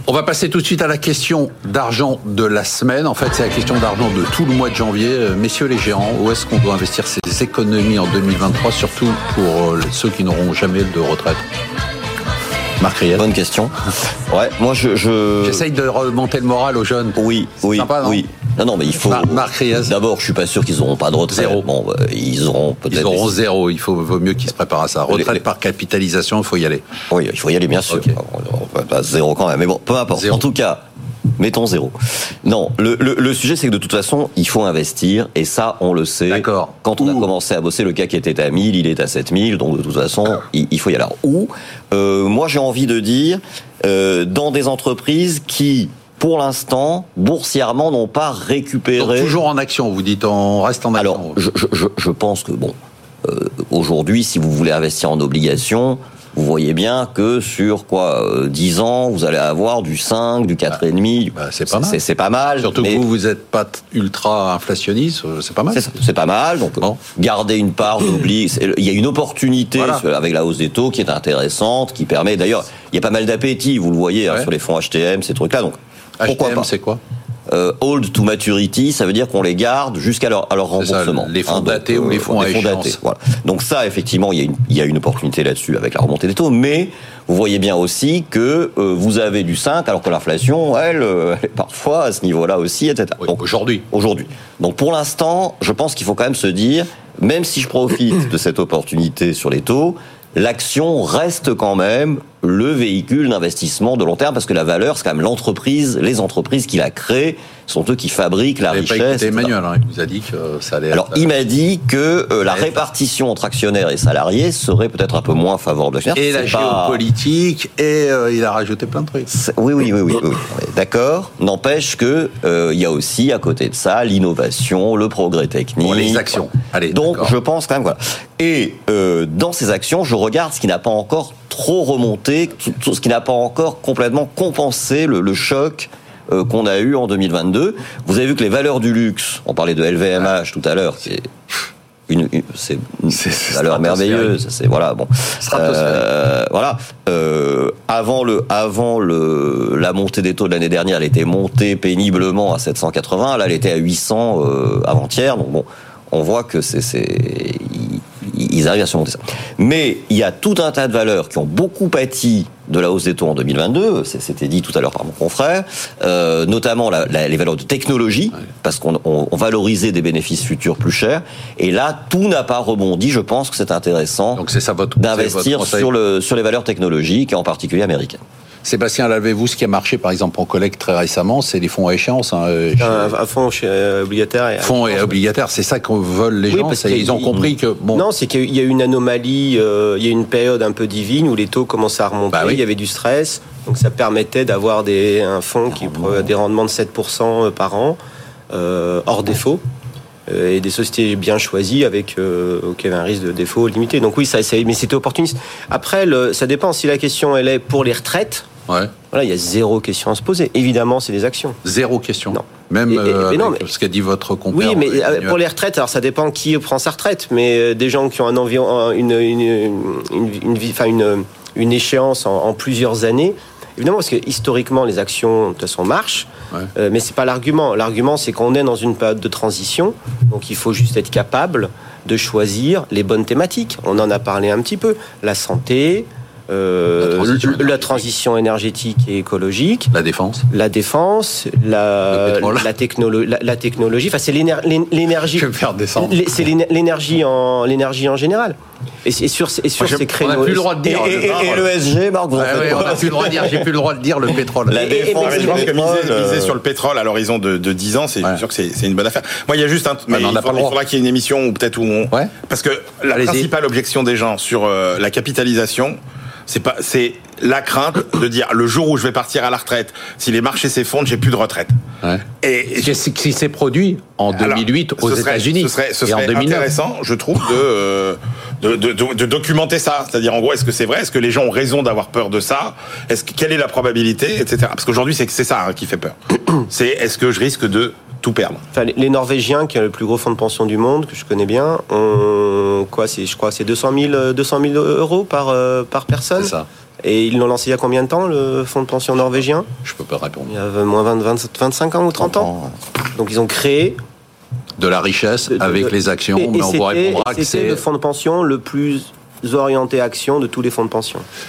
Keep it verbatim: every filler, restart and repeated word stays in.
On va passer tout de suite à la question d'argent de la semaine. En fait, c'est la question d'argent de tout le mois de janvier. Messieurs les gérants, où est-ce qu'on doit investir ses économies en deux mille vingt-trois, surtout pour ceux qui n'auront jamais de retraite? Marc Riel. Bonne question. Ouais, moi je, je... j'essaye de remonter le moral aux jeunes. Oui, c'est oui, sympa, non oui. Non, non, mais il faut. Mar- Marc Riel. D'abord, je suis pas sûr qu'ils auront pas de retraite. Zéro. Bon, euh, ils auront peut-être. Ils auront des... zéro. Il faut vaut mieux qu'ils se préparent à ça. Retraite les... par capitalisation, il faut y aller. Oui, il faut y aller, bien sûr. Okay. On, on, pas zéro quand même, mais bon, peu importe. Zéro. En tout cas. Mettons zéro. Non, le, le, le sujet, c'est que de toute façon, il faut investir, et ça, on le sait. D'accord. Quand on Ouh. a commencé à bosser, le C A C était à mille, il est à sept mille, donc de toute façon, il, il faut y aller. Alors, ou, euh, moi, j'ai envie de dire, euh, dans des entreprises qui, pour l'instant, boursièrement, n'ont pas récupéré... Donc, toujours en action, vous dites, on reste en action. Alors, je, je, je pense que, bon, euh, aujourd'hui, si vous voulez investir en obligations... Vous voyez bien que sur quoi euh, dix ans, vous allez avoir du cinq, du quatre virgule cinq. Bah, c'est pas mal. C'est, c'est pas mal. Surtout mais... que vous, vous n'êtes pas ultra inflationniste, c'est pas mal. C'est, c'est pas mal. Donc, bon. Garder une part d'oubli. Il y a une opportunité voilà. avec la hausse des taux qui est intéressante, qui permet. D'ailleurs, il y a pas mal d'appétit. Vous le voyez ouais. hein, sur les fonds H T M, ces trucs-là. Donc, pourquoi H T M, pas. c'est quoi? Euh, hold to maturity, ça veut dire qu'on les garde jusqu'à leur, à leur remboursement. Ça, les fonds hein, datés donc, ou les fonds à échéance. Datés, voilà. Donc ça, effectivement, il y, a une, il y a une opportunité là-dessus avec la remontée des taux, mais vous voyez bien aussi que euh, vous avez du cinq, alors que l'inflation, elle, euh, elle est parfois à ce niveau-là aussi, et cetera. Oui, donc, aujourd'hui. Aujourd'hui. Donc pour l'instant, je pense qu'il faut quand même se dire, même si je profite de cette opportunité sur les taux, l'action reste quand même le véhicule d'investissement de long terme, parce que la valeur, c'est quand même l'entreprise, les entreprises qui la créent, sont eux qui fabriquent la richesse. Pas écouté Emmanuel, hein, il vous a dit que ça allait. Alors, être... il m'a dit que euh, la répartition entre actionnaires et salariés serait peut-être un peu moins favorable. Et la pas... géopolitique, et euh, il a rajouté plein de trucs. Oui, oui, oui, oui, oui. D'accord. N'empêche que euh, il y a aussi à côté de ça l'innovation, le progrès technique. Bon, les actions. Allez. Donc, d'accord. je pense quand même voilà. Et euh, dans ces actions, je regarde ce qui n'a pas encore trop remonté, tout, tout ce qui n'a pas encore complètement compensé le, le choc euh, qu'on a eu en deux mille vingt-deux. Vous avez vu que les valeurs du luxe, on parlait de L V M H ouais. tout à l'heure, c'est une, une c'est une c'est, c'est valeur merveilleuse. C'est voilà bon. Euh, voilà. Euh, avant le avant le la montée des taux de l'année dernière, elle était montée péniblement à sept cent quatre-vingts. Là, elle était à huit cents euh, avant-hier. Donc bon, on voit que c'est c'est ils arrivent à surmonter ça. Mais il y a tout un tas de valeurs qui ont beaucoup pâti de la hausse des taux en deux mille vingt-deux, c'était dit tout à l'heure par mon confrère, euh, notamment la, la, les valeurs de technologie, ouais. parce qu'on on, on valorisait des bénéfices futurs plus chers, et là, tout n'a pas rebondi. Je pense que c'est intéressant Donc c'est ça votre, d'investir votre sur, le, sur les valeurs technologiques, et en particulier américaines. Sébastien, l'avez-vous, ce qui a marché par exemple en collecte très récemment, c'est les fonds à échéance. Hein, chez... un, un fonds chez, euh, obligataire. Et fonds et obligataire, c'est ça qu'on veulent les oui, gens. Ça, ils ont compris que bon. Non, c'est qu'il y a eu une anomalie, euh, il y a eu une période un peu divine où les taux commençaient à remonter. Bah oui. Il y avait du stress, donc ça permettait d'avoir des un fonds qui a des rendements de sept pour cent par an euh, hors défaut. Et des sociétés bien choisies avec euh, qui avaient un risque de défaut limité. Donc oui, ça, c'est, mais c'était opportuniste. Après, le, ça dépend si la question elle est pour les retraites. Ouais. Voilà, il y a zéro question à se poser. Évidemment, c'est des actions. Zéro question. Non. Même et, et, euh, non, mais, ce qu'a dit votre compère. Oui, mais euh, pour les retraites, alors ça dépend qui prend sa retraite. Mais euh, des gens qui ont un environ une une une une, une, enfin une, une échéance en, en plusieurs années. Évidemment, parce que historiquement, les actions, de toute façon, marchent. Ouais. Euh, mais c'est pas l'argument. L'argument, c'est qu'on est dans une période de transition. Donc, il faut juste être capable de choisir les bonnes thématiques. On en a parlé un petit peu. La santé, euh, la, transition la transition énergétique et écologique. La défense. La défense, la, la, technolo- la, la technologie. Enfin, c'est l'éner- l'énergie. Je vais me faire descendre. C'est l'énergie en, l'énergie en général. Et, et sur, et sur Moi, ces créneaux. On n'a plus le droit de dire. Et, et, et, et le S G, Marc, vous en ouais, faites ouais, quoi? On n'a plus le droit de dire. J'ai plus le droit de dire le pétrole. La défense, je pense que miser, euh... miser sur le pétrole à l'horizon de, de dix ans, c'est ouais. sûr que c'est, c'est une bonne affaire. Moi, il y a juste un. Mais ouais, il, faudra, il faudra qu'il y ait une émission ou peut-être où on. Ouais. Parce que la Allez-y. principale objection des gens sur euh, la capitalisation, c'est pas, c'est la crainte de dire le jour où je vais partir à la retraite, si les marchés s'effondrent, j'ai plus de retraite. Ouais. Et ce qui s'est produit en deux mille huit alors, aux ce serait, États-Unis ce serait, ce et serait en deux mille neuf. Intéressant, je trouve, de, euh, de, de, de, de documenter ça. C'est-à-dire, en gros, est-ce que c'est vrai? Est-ce que les gens ont raison d'avoir peur de ça? Est-ce que, quelle est la probabilité, et cetera. Parce qu'aujourd'hui, c'est c'est ça hein, qui fait peur. C'est est-ce que je risque de tout tout perdre. Enfin, les Norvégiens, qui est le plus gros fonds de pension du monde, que je connais bien, ont quoi, c'est, je crois, c'est deux cent mille euros par euh, par personne. C'est ça. Et ils l'ont lancé il y a combien de temps, le fonds de pension norvégien ? Je peux pas répondre. Il y a moins vingt, vingt, vingt-cinq ans ou trente ans. Donc ils ont créé de la richesse de, avec de, les actions, et, mais et on vous répondra que c'est le fonds de pension le plus orienté action de tous les fonds de pension.